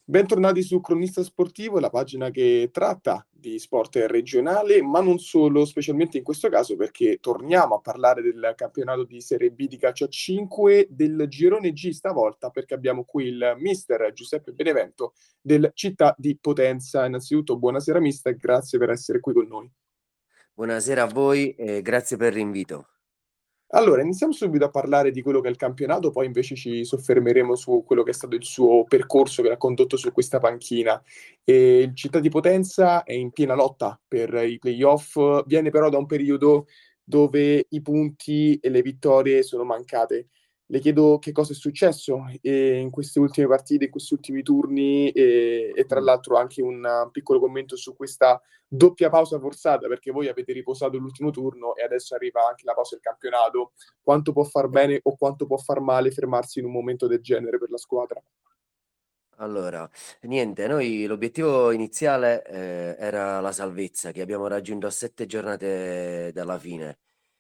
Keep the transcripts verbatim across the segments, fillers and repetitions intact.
Bentornati su Cronista Sportivo, la pagina che tratta di sport regionale, ma non solo, specialmente in questo caso perché torniamo a parlare del campionato di Serie B di calcio a cinque del Girone G stavolta perché abbiamo qui il mister Giuseppe Benevento del Città di Potenza. Innanzitutto buonasera mister, grazie per essere qui con noi. Buonasera a voi e grazie per l'invito. Allora, iniziamo subito a parlare di quello che è il campionato, poi invece ci soffermeremo su quello che è stato il suo percorso che l'ha condotto su questa panchina. E il Città di Potenza è in piena lotta per i playoff, viene però da un periodo dove i punti e le vittorie sono mancate. Le chiedo che cosa è successo eh, in queste ultime partite, in questi ultimi turni e, e tra Mm. l'altro anche un uh, piccolo commento su questa doppia pausa forzata perché voi avete riposato l'ultimo turno e adesso arriva anche la pausa del campionato. Quanto può far bene o quanto può far male fermarsi in un momento del genere per la squadra? Allora, niente, noi l'obiettivo iniziale eh, era la salvezza che abbiamo raggiunto a sette giornate dalla fine.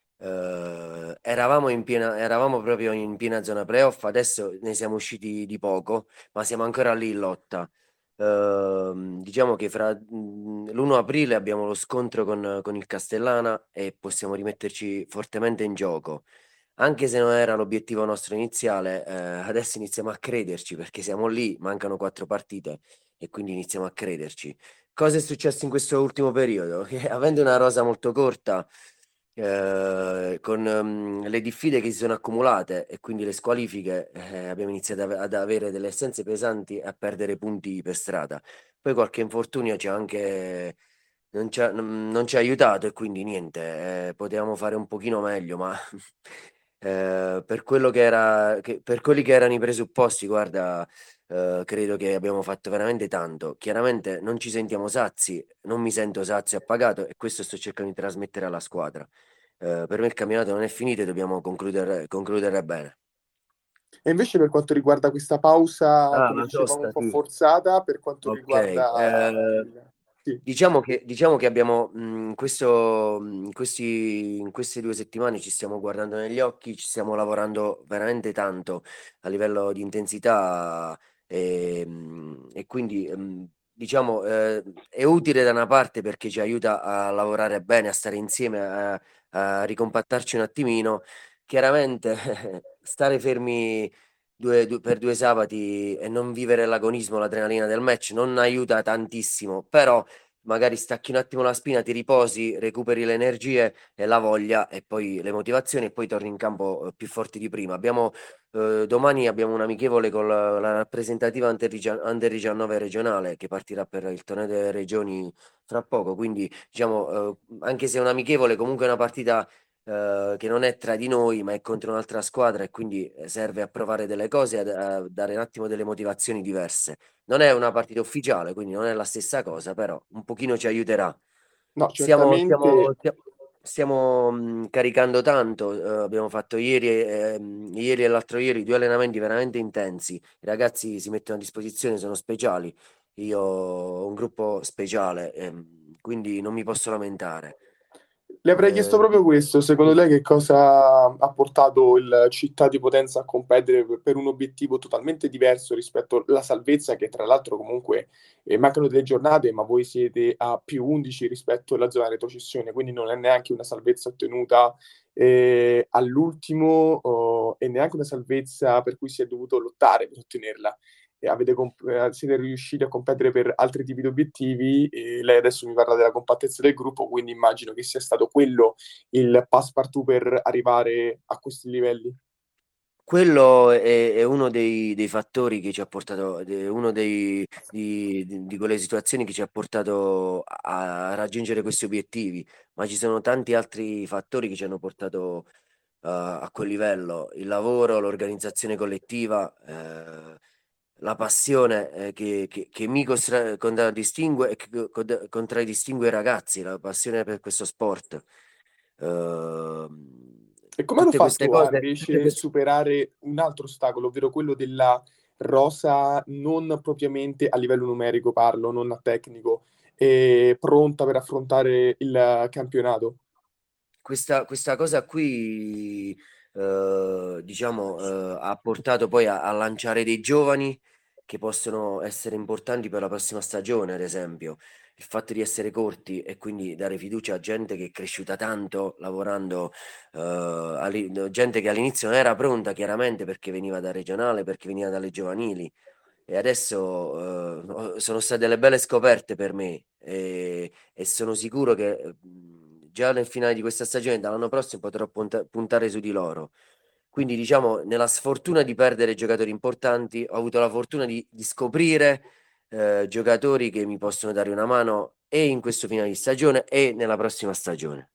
Eh, eravamo in piena, eravamo proprio in piena zona playoff, adesso ne siamo usciti di poco, ma siamo ancora lì in lotta. Ehm, diciamo che fra l'primo aprile abbiamo lo scontro con, con il Castellana e possiamo rimetterci fortemente in gioco. Anche se non era l'obiettivo nostro iniziale, eh, adesso iniziamo a crederci perché siamo lì, mancano quattro partite e quindi iniziamo a crederci. Cosa è successo in questo ultimo periodo? Che avendo una rosa molto corta, eh, con ehm, le diffide che si sono accumulate e quindi le squalifiche, eh, abbiamo iniziato ad ad avere delle assenze pesanti e a perdere punti per strada. Poi qualche infortunio ci ha anche non ci ha, non- non ci ha aiutato e quindi niente, eh, potevamo fare un pochino meglio, ma eh, per quello che era, che- per quelli che erano i presupposti, guarda, eh, credo che abbiamo fatto veramente tanto. Chiaramente non ci sentiamo sazi, non mi sento sazio e appagato e questo sto cercando di trasmettere alla squadra. Eh, per me il campionato non è finito e dobbiamo concludere, concludere bene. E invece per quanto riguarda questa pausa, Ah, come la dicevamo, un sosta, po' sì. forzata, per quanto Ok, riguarda eh, il... Sì. diciamo che, diciamo che abbiamo mh, questo, mh, in questi, in queste due settimane ci stiamo guardando negli occhi, ci stiamo lavorando veramente tanto a livello di intensità e, mh, e quindi mh, diciamo eh, è utile da una parte perché ci aiuta a lavorare bene, a stare insieme, a, a ricompattarci un attimino. Chiaramente stare fermi due- due- per due sabati e non vivere l'agonismo, l'adrenalina del match non aiuta tantissimo, però magari stacchi un attimo la spina, ti riposi, recuperi le energie e la voglia e poi le motivazioni e poi torni in campo eh, più forti di prima. Abbiamo, eh, domani abbiamo un amichevole con la, la rappresentativa Under Under diciannove regionale che partirà per il torneo delle regioni fra poco, quindi diciamo, eh, anche se è un amichevole, comunque è una partita eh, che non è tra di noi, ma è contro un'altra squadra e quindi eh, serve a provare delle cose, e a, a dare un attimo delle motivazioni diverse. Non è una partita ufficiale, quindi non è la stessa cosa, però un pochino ci aiuterà. No, Stiamo, certamente. stiamo, stia- stiamo, mh, caricando tanto, eh, abbiamo fatto ieri, e- ehm, ieri e l'altro ieri due allenamenti veramente intensi. I ragazzi si mettono a disposizione, sono speciali. Io ho un gruppo speciale, ehm, quindi non mi posso lamentare. Le avrei chiesto Eh, proprio questo, secondo sì. lei che cosa ha portato il Città di Potenza a competere per, per un obiettivo totalmente diverso rispetto alla salvezza, che tra l'altro comunque eh, mancano delle giornate, ma voi siete a più undici rispetto alla zona retrocessione, quindi non è neanche una salvezza ottenuta eh, all'ultimo oh, e neanche una salvezza per cui si è dovuto lottare per ottenerla e avete comp- eh, siete riusciti a competere per altri tipi di obiettivi e lei adesso mi parla della compattezza del gruppo, quindi immagino che sia stato quello il passepartout per arrivare a questi livelli. Quello è, è uno dei, dei fattori che ci ha portato, è uno dei, di, di- di quelle situazioni che ci ha portato a, a raggiungere questi obiettivi, ma ci sono tanti altri fattori che ci hanno portato eh, a quel livello, il lavoro, l'organizzazione collettiva, eh, la passione eh, che, che- che mi costra- contraddistingue e che co- contraddistingue i ragazzi, la passione per questo sport. Ehm, E come hanno tutte queste fatto a cose, tutte invece queste- superare un altro ostacolo, ovvero quello della rosa non propriamente a livello numerico, parlo, non a tecnico, e pronta per affrontare il campionato? Questa, questa cosa qui, eh, diciamo, eh, ha portato poi a, a lanciare dei giovani che possono essere importanti per la prossima stagione, ad esempio. Il fatto di essere corti e quindi dare fiducia a gente che è cresciuta tanto lavorando, eh, all'i- no, gente che all'inizio non era pronta, chiaramente, perché veniva da regionale, perché veniva dalle giovanili. E adesso eh, ho- sono state delle belle scoperte per me e, e sono sicuro che eh, già nel finale di questa stagione, dall'anno prossimo, potrò punta- puntare su di loro. Quindi, diciamo, nella sfortuna di perdere giocatori importanti, ho avuto la fortuna di, di scoprire eh, giocatori che mi possono dare una mano e in questo finale di stagione e nella prossima stagione.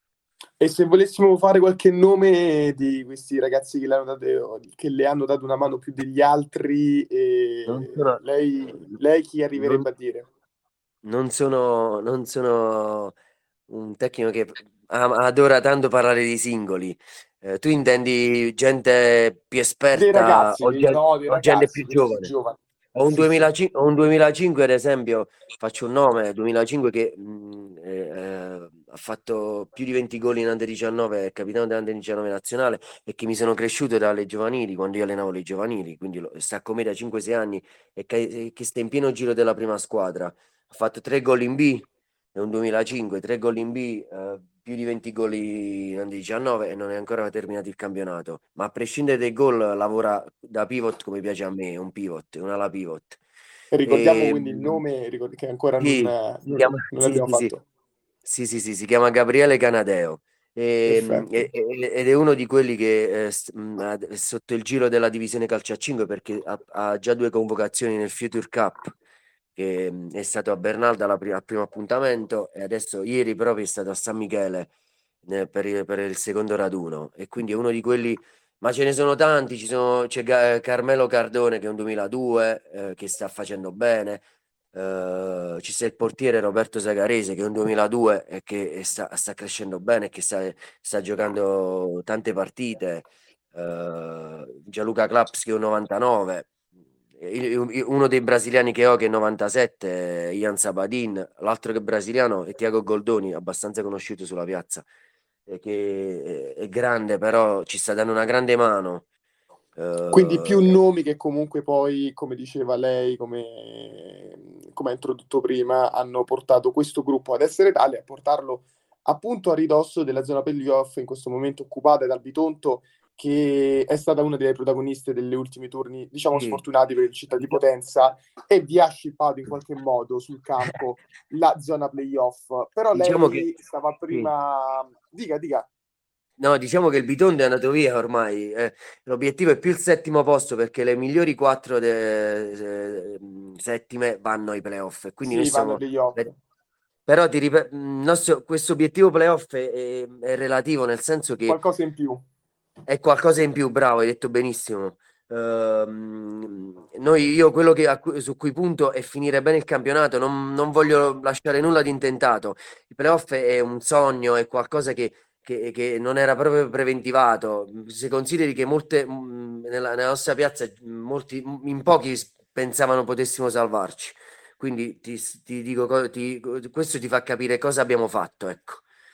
E se volessimo fare qualche nome di questi ragazzi che le hanno dato, che le hanno dato una mano più degli altri, Non eh, sono, lei, lei chi non, arriverebbe a dire? non sono, non sono un tecnico che am- adora tanto parlare di singoli. Eh, tu intendi gente più Dei esperta ragazzi, o, dei, gen- no, dei o gente ragazzi, più quelli più giovane? giovani. Ho un Sì, sì. duemilacinque, ho un duemilacinque, ad esempio, faccio un nome, duemilacinque che mh, eh, eh, ha fatto più di venti gol in Under diciannove, è capitano dell'Under diciannove nazionale e che mi sono cresciuto dalle giovanili, quando io allenavo le giovanili, quindi lo- sta con me da cinque sei anni e che, che sta in pieno giro della prima squadra. Ha fatto tre gol in B, è un duemilacinque, tre gol in B, eh, più di venti gol in Under diciannove e non è ancora terminato il campionato. Ma a prescindere dai gol lavora da pivot come piace a me, un pivot, un'ala pivot. E ricordiamo E, quindi il nome ricordi- che ancora non, sì, si non, chiama, non sì, abbiamo sì, sì. fatto. Sì, sì, sì, si chiama Gabriele Canadeo. E- Perfetto. e- e- ed è uno di quelli che eh, st- mh, ha- è sotto il giro della divisione calcio a cinque perché ha, ha già due convocazioni nel Future Cup, che mh, è stato a Bernalda alla pri- al primo appuntamento e adesso ieri proprio è stato a San Michele eh, per il, per il secondo raduno. E quindi è uno di quelli, ma ce ne sono tanti, ci sono- c'è Ga- Carmelo Cardone che è un duemiladue, eh, che sta facendo bene. Eh, ci sta il portiere Roberto Zagarese che è un duemiladue e che sta, sta crescendo bene, che sta, sta giocando tante partite. Eh, Gianluca Claps che è un novantanove. Il- il- Uno dei brasiliani che ho che è novantasette, è Ian Sabadin, l'altro che è brasiliano è Tiago Goldoni, abbastanza conosciuto sulla piazza, eh, che è, è grande, però ci sta dando una grande mano. Quindi più Eh, nomi che comunque poi, come diceva lei, come, come ha introdotto prima, hanno portato questo gruppo ad essere tale, a portarlo appunto a ridosso della zona playoff, in questo momento occupata dal Bitonto, che è stata una delle protagoniste degli ultimi turni, diciamo sì, sfortunati per il Città di diciamo- Potenza, e vi ha scippato in qualche modo sul campo la zona playoff. Però diciamo che lei stava sì. prima... Dica, dica. No, diciamo che il Bitondo è andato via ormai. eh, l'obiettivo è più il settimo posto perché le migliori quattro de- eh, settime vanno ai playoff. E quindi noi Sì, vanno ai stiamo. playoff. Però ti ripeto, questo obiettivo playoff è, è- è relativo, nel senso che Qualcosa in più. è qualcosa in più, bravo, hai detto benissimo. Ehm, noi, io quello che, a cui- su cui punto è finire bene il campionato, non, non voglio lasciare nulla di intentato. Il playoff è un sogno, è qualcosa che, che- che non era proprio preventivato. Se consideri che molte, mh, nella, nella nostra piazza, molti, in pochi pensavano potessimo salvarci. Quindi ti, ti dico, co- ti- questo ti fa capire cosa abbiamo fatto, ecco.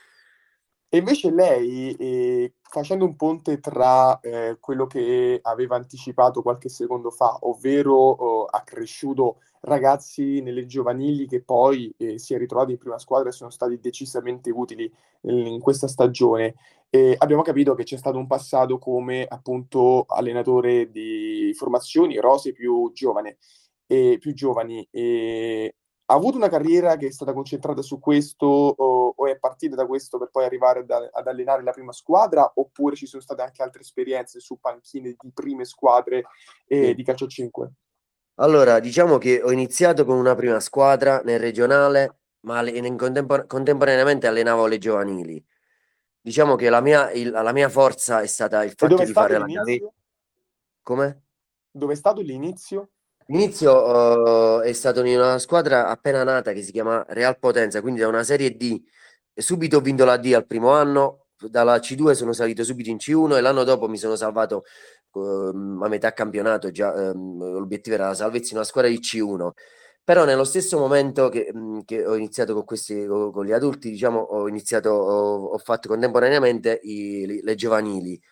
E invece lei, eh, facendo un ponte tra eh, quello che aveva anticipato qualche secondo fa, ovvero eh, ha cresciuto ragazzi nelle giovanili che poi eh, si è ritrovati in prima squadra e sono stati decisamente utili in, in questa stagione, eh, abbiamo capito che c'è stato un passato come appunto allenatore di formazioni rose più giovane e più giovani. E ha avuto una carriera che è stata concentrata su questo o, o è partita da questo per poi arrivare ad, ad allenare la prima squadra oppure ci sono state anche altre esperienze su panchine di prime squadre eh, Sì. di calcio a cinque? Allora, diciamo che ho iniziato con una prima squadra nel regionale, ma alle- in contempor- contemporaneamente allenavo le giovanili. Diciamo che la mia, il- la mia forza è stata il E dove fatto è di stato fare la gavetta. l'inizio? Come? Dove è stato l'inizio? L'inizio eh, è stato in una squadra appena nata che si chiama Real Potenza, quindi da una serie D. E subito ho vinto la D al primo anno, dalla C due sono salito subito in C uno e l'anno dopo mi sono salvato ehm, a metà campionato, già, ehm, l'obiettivo era la salvezza in una squadra di C uno. Però nello stesso momento che, mh, che ho iniziato con questi, con, con gli adulti, diciamo, ho iniziato, ho, ho fatto contemporaneamente i- le giovanili.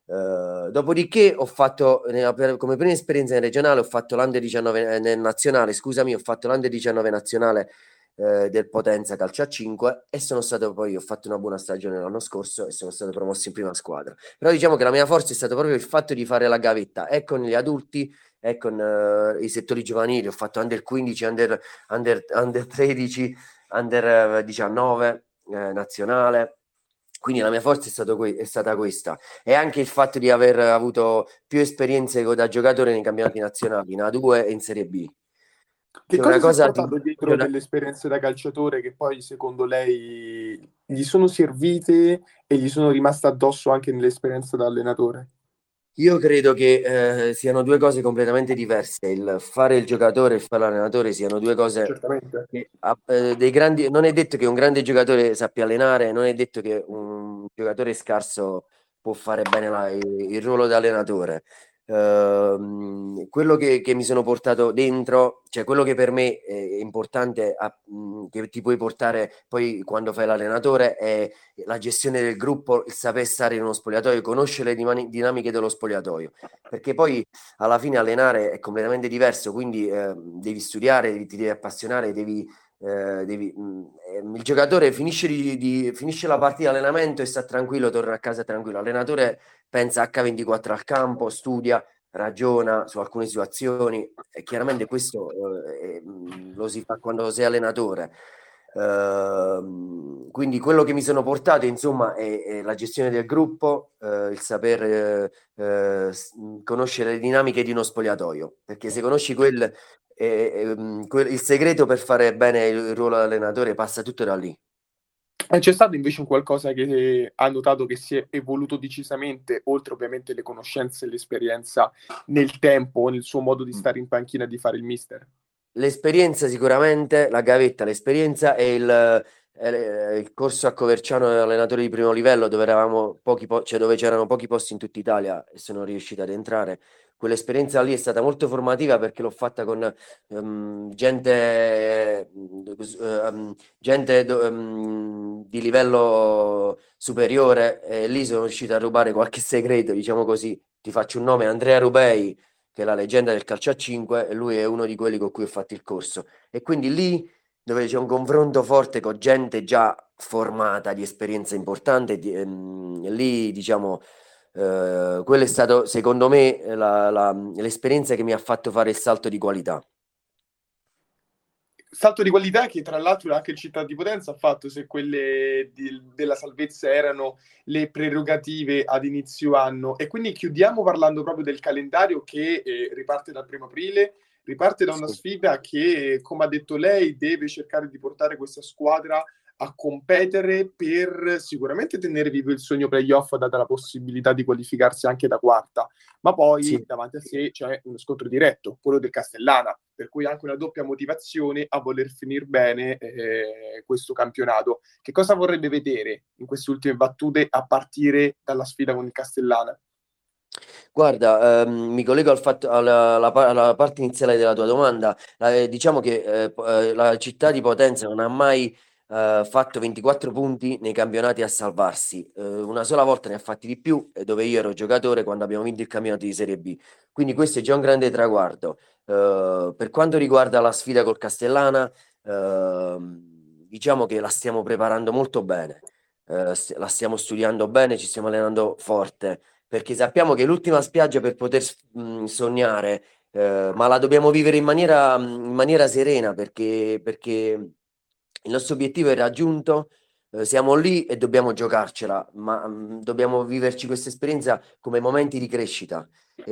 Eh, dopodiché ho fatto, nella- per- come prima esperienza in regionale, ho fatto l'Under diciannove, eh, nel nazionale, scusami, ho fatto l'Under diciannove nazionale eh, del Potenza Calcio a cinque e sono stato poi, ho fatto una buona stagione l'anno scorso e sono stato promosso in prima squadra. Però diciamo che la mia forza è stato proprio il fatto di fare la gavetta e con gli adulti e con eh, i settori giovanili. Ho fatto Under quindici, Under, under, under tredici, Under eh, diciannove eh, nazionale. Quindi la mia forza è, stato que- è stata questa. E anche il fatto di aver avuto più esperienze da giocatore nei campionati nazionali, in A due e in Serie B. Che Che è una cosa si è cosa di... portato che è dietro una- delle esperienze da calciatore che poi secondo lei gli sono servite e gli sono rimaste addosso anche nell'esperienza da allenatore? Io credo che eh, siano due cose completamente diverse. Il fare il giocatore e il fare l'allenatore siano due cose Certamente. che, ah, eh, dei grandi... Non è detto che un grande giocatore sappia allenare, non è detto che un giocatore scarso può fare bene la- il, il ruolo da allenatore. Ehm, quello che, che mi sono portato dentro, cioè quello che per me è importante, a- mh, che ti puoi portare poi quando fai l'allenatore, è la gestione del gruppo, il saper stare in uno spogliatoio, conoscere le dimani- dinamiche dello spogliatoio, perché poi alla fine allenare è completamente diverso, quindi eh, devi studiare, devi- ti devi appassionare, devi, eh, devi- mh, ehm, il giocatore finisce, di, di- finisce la partita di allenamento e sta tranquillo, torna a casa tranquillo. L'allenatore pensa acca ventiquattro al campo, studia, ragiona su alcune situazioni e chiaramente questo eh, eh, mh, lo si fa quando sei allenatore. Ehm, quindi quello che mi sono portato, insomma, è, è la gestione del gruppo, eh, il saper eh, eh, s- conoscere le dinamiche di uno spogliatoio, perché se conosci quel, eh, ehm, quel- il segreto per fare bene il ruolo di allenatore passa tutto da lì. E c'è stato invece un qualcosa che ha notato che si è evoluto decisamente, oltre ovviamente le conoscenze e l'esperienza nel tempo, nel suo modo di stare in panchina e di fare il mister? L'esperienza sicuramente, la gavetta, l'esperienza e il, eh, il corso a Coverciano allenatore di primo livello dove eravamo pochi po- cioè dove c'erano pochi posti in tutta Italia e sono riuscito ad entrare. Quell'esperienza lì è stata molto formativa perché l'ho fatta con ehm, gente, eh, ehm, gente do- ehm, di livello superiore e lì sono riuscito a rubare qualche segreto, diciamo così. Ti faccio un nome, Andrea Rubei, che è la leggenda del calcio a cinque, e lui è uno di quelli con cui ho fatto il corso. E quindi lì dove c'è un confronto forte con gente già formata, di esperienza importante, di- ehm, lì diciamo, eh, quello è stato secondo me la- la- l'esperienza che mi ha fatto fare il salto di qualità. Salto di qualità che tra l'altro anche il Città di Potenza ha fatto, se quelle di- della salvezza erano le prerogative ad inizio anno. E quindi chiudiamo parlando proprio del calendario che eh, riparte dal primo aprile, riparte da una Sì. sfida che, come ha detto lei, deve cercare di portare questa squadra a competere per sicuramente tenere vivo il sogno playoff, data la possibilità di qualificarsi anche da quarta, ma poi Sì. davanti a sé c'è uno scontro diretto, quello del Castellana, per cui anche una doppia motivazione a voler finire bene eh, questo campionato. Che cosa vorrebbe vedere in queste ultime battute a partire dalla sfida con il Castellana? Guarda, ehm, mi collego al fatto- alla, alla pa- alla parte iniziale della tua domanda. Eh, diciamo che eh, po- eh, la città di Potenza non ha mai eh, fatto ventiquattro punti nei campionati a salvarsi. Eh, una sola volta ne ha fatti di più, eh, dove io ero giocatore quando abbiamo vinto il campionato di Serie B. Quindi questo è già un grande traguardo. Eh, per quanto riguarda la sfida col Castellana, ehm, diciamo che la stiamo preparando molto bene. Eh, st- la stiamo studiando bene, ci stiamo allenando forte perché sappiamo che è l'ultima spiaggia per poter mh, sognare, eh, ma la dobbiamo vivere in maniera, in maniera serena perché, perché il nostro obiettivo è raggiunto, eh, siamo lì e dobbiamo giocarcela, ma mh, dobbiamo viverci questa esperienza come momenti di crescita.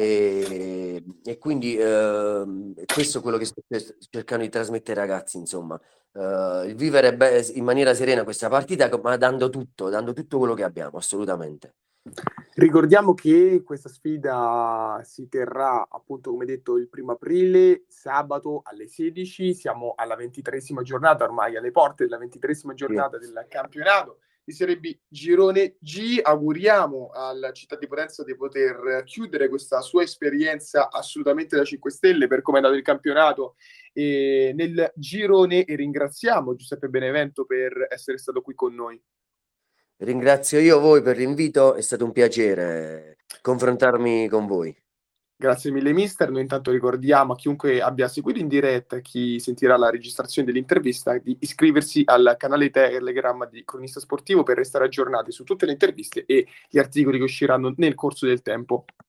E, e quindi ehm, questo è quello che sto cercando di trasmettere ai ragazzi, insomma. Eh, il vivere be- in maniera serena questa partita, ma dando tutto, dando tutto quello che abbiamo, assolutamente. Ricordiamo che questa sfida si terrà, appunto, come detto, il primo aprile, sabato alle sedici. Siamo alla ventitreesima giornata, ormai alle porte della ventitreesima Sì. giornata del campionato di Serie B Girone G. Auguriamo alla città di Potenza di poter chiudere questa sua esperienza assolutamente da cinque Stelle per come è andato il campionato eh, nel girone, e ringraziamo Giuseppe Benevento per essere stato qui con noi. Ringrazio io voi per l'invito, è stato un piacere confrontarmi con voi. Grazie mille mister, noi intanto ricordiamo a chiunque abbia seguito in diretta, chi sentirà la registrazione dell'intervista, di iscriversi al canale Telegram di Cronista Sportivo per restare aggiornati su tutte le interviste e gli articoli che usciranno nel corso del tempo.